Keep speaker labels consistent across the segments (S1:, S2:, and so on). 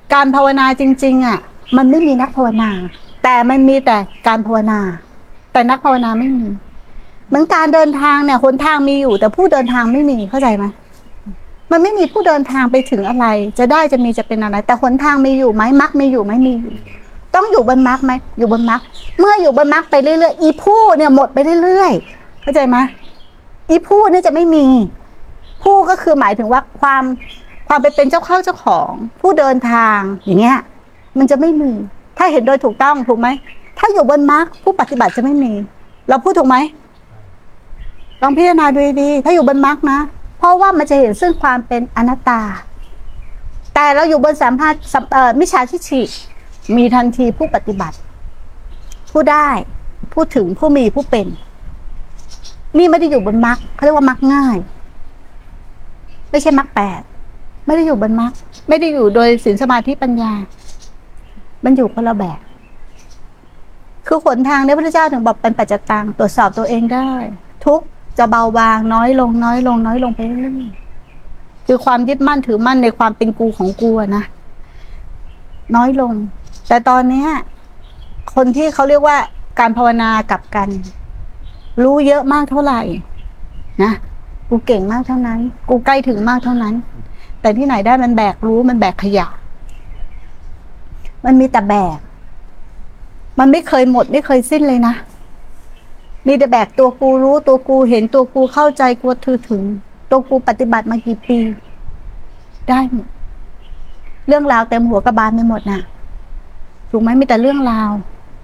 S1: การภาวนาจริงๆอ่ะมันไม่มีนักภาวนาแต่มันมีแต่การภาวนาแต่นักภาวนาไม่มีเหมือนการเดินทางเนี่ยหนทางมีอยู่แต่ผู้เดินทางไม่มีเข้าใจไหมมันไม่มีผู้เดินทางไปถึงอะไรจะได้จะมีจะเป็นอะไรแต่หนทางมีอยู่ไหมมรรคมีอยู่ไหมมีอยู่ต้องอยู่บนมรรคไหมอยู่บนมรรคเมื่ออยู่บนมรรคไปเรื่อยๆอีผู้เนี่ยหมดไปเรื่อยๆเข้าใจไหมอีผู้เนี่ยจะไม่มีผู้ก็คือหมายถึงว่าความไปเป็นเจ้าเข้าเจ้าของผู้เดินทางอย่างเงี้ยมันจะไม่มีถ้าเห็นโดยถูกต้องถูกไหมถ้าอยู่บนมรรคผู้ปฏิบัติจะไม่มีเราพูดถูกไหมลองพิจารณาดูดีๆถ้าอยู่บนมรรคนะเพราะว่ามันจะเห็นซึ่งความเป็นอนัตตาแต่เราอยู่บนสัมภาษณ์มิจฉาทิฏฐิมีทันทีผู้ปฏิบัติผู้ได้ผู้ถึงผู้มีผู้เป็นนี่ไม่ได้อยู่บนมรรคเขาเรียกว่ามรรคง่ายไม่ใช่มรรค8ไม่ได้อยู่บนมรรคไม่ได้อยู่โดยศีลสมาธิปัญญามันอยู่คนละแบบคือหนทางในพระพุทธเจ้าถึงบอกเป็นปัจจตังตรวจสอบตัวเองได้ทุกจะเบาบางน้อยลงน้อยลงน้อยลงไปเรื่อยๆคือความยึดมั่นถือมั่นในความเป็นกูของกูนะน้อยลงแต่ตอนนี้คนที่เขาเรียกว่าการภาวนากับกันรู้เยอะมากเท่าไหร่นะกูเก่งมากเท่านั้นกูใกล้ถึงมากเท่านั้นแต่ที่ไหนได้มันแบกรู้มันแบกขยะมันมีแต่แบกมันไม่เคยหมดไม่เคยสิ้นเลยนะมีแต่แบกตัวกูรู้ตัวกูเห็นตัวกูเข้าใจกูถือถึงตัวกูปฏิบัติมากี่ปีได้หมดเรื่องราวเต็มหัวกระบาลไปหมดน่ะถูกไหมมีแต่เรื่องราว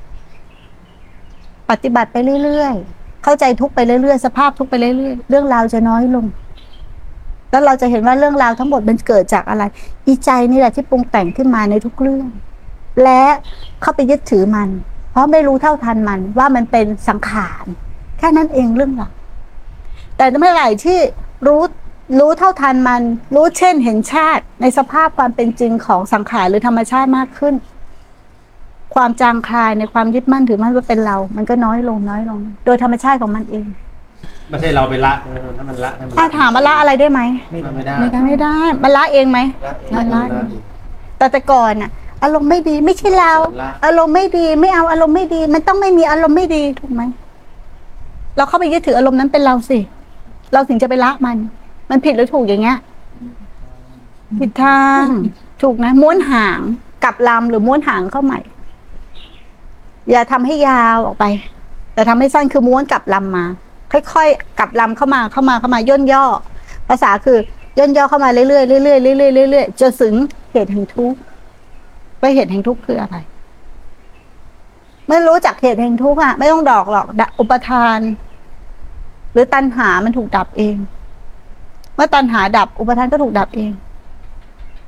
S1: ปฏิบัติไปเรื่อยๆเข้าใจทุกไปเรื่อยๆสภาพทุกไปเรื่อยๆเรื่องราวจะน้อยลงแล้วเราจะเห็นว่าเรื่องราวทั้งหมดมันเกิดจากอะไรอีใจนี่แหละที่ปรุงแต่งขึ้นมาในทุกเรื่องและเข้าไปยึดถือมันเพราะไม่รู้เท่าทันมันว่ามันเป็นสังขารแค่นั้นเองเรื่องราวแต่เมื่อไหร่ที่รู้เท่าทันมันรู้เช่นเห็นชาติในสภาพความเป็นจริงของสังขารหรือธรรมชาติมากขึ้นความจางคลายในความยึดมั่นถือมั่นว่าเป็นเรามันก็น้อยลงน้อยลงโดยธรรมชาติของมันเอง
S2: ไม่ใช่เราไปละถ้ามันละ
S1: ถ้าถามว่าละอะไรได้ไหม
S2: ไม่ได้
S1: มันละเองไหมมันละแต่ก่อนน่ะอารมณ์ไม่ดีไม่ใช่เราอารมณ์ไม่ดีไม่เอาอารมณ์ไม่ดีมันต้องไม่มีอารมณ์ไม่ดีถูกไหมเราเข้าไปยึดถืออารมณ์นั้นเป็นเราสิเราถึงจะไปละมันผิดหรือถูกอย่างเงี้ยผิดทางถูกนะม้วนหางกลับลำหรือม้วนหางเข้าใหม่อย่าทำให้ยาวออกไปแต่ทำให้สั้นคือม้วนกลับลำมาค่อยๆกลับลำเข้ามาย่นย่อภาษาคือย่นย่อเข้ามาเรื่อยๆเรื่อยๆเรื่อยๆจนถึงเหตุแห่งทุกข์ว่าเหตุแห่งทุกข์คืออะไรเมื่อรู้จักเหตุแห่งทุกข์ไม่ต้องดอกหรอกอุปทานหรือตัณหามันถูกดับเองเมื่อตัณหาดับอุปทานก็ถูกดับเอง